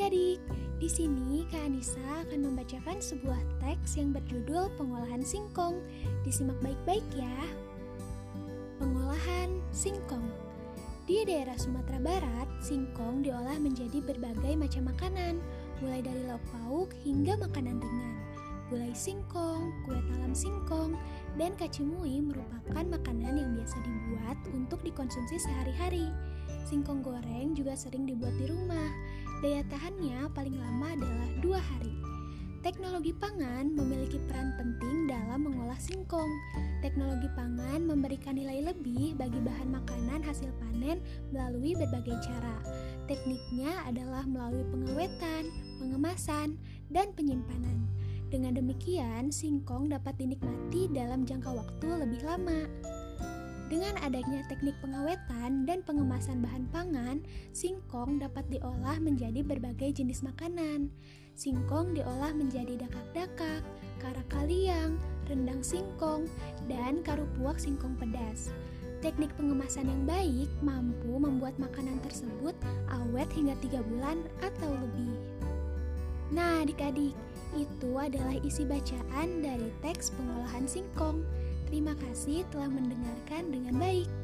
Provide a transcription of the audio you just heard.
adik-adik, di sini Kak Anissa akan membacakan sebuah teks yang berjudul Pengolahan Singkong. Disimak baik-baik ya. Pengolahan singkong. Di daerah Sumatera Barat, singkong diolah menjadi berbagai macam makanan, mulai dari lauk pauk hingga makanan ringan. Gulai singkong, kue talam singkong, dan kacimui merupakan makanan yang biasa dibuat untuk dikonsumsi sehari-hari. Singkong goreng juga sering dibuat di rumah. Daya tahannya paling lama adalah 2 hari. Teknologi pangan memiliki peran penting dalam mengolah singkong. Teknologi pangan memberikan nilai lebih bagi bahan makanan hasil panen melalui berbagai cara. Tekniknya adalah melalui pengawetan, pengemasan, dan penyimpanan. Dengan demikian, singkong dapat dinikmati dalam jangka waktu lebih lama. Dengan adanya teknik pengawetan dan pengemasan bahan pangan, singkong dapat diolah menjadi berbagai jenis makanan. Singkong diolah menjadi dakak-dakak, karakaliang, rendang singkong, dan karupuak singkong pedas. Teknik pengemasan yang baik mampu membuat makanan tersebut awet hingga 3 bulan atau lebih. Nah adik-adik, itu adalah isi bacaan dari teks pengolahan singkong. Terima kasih telah mendengarkan dengan baik.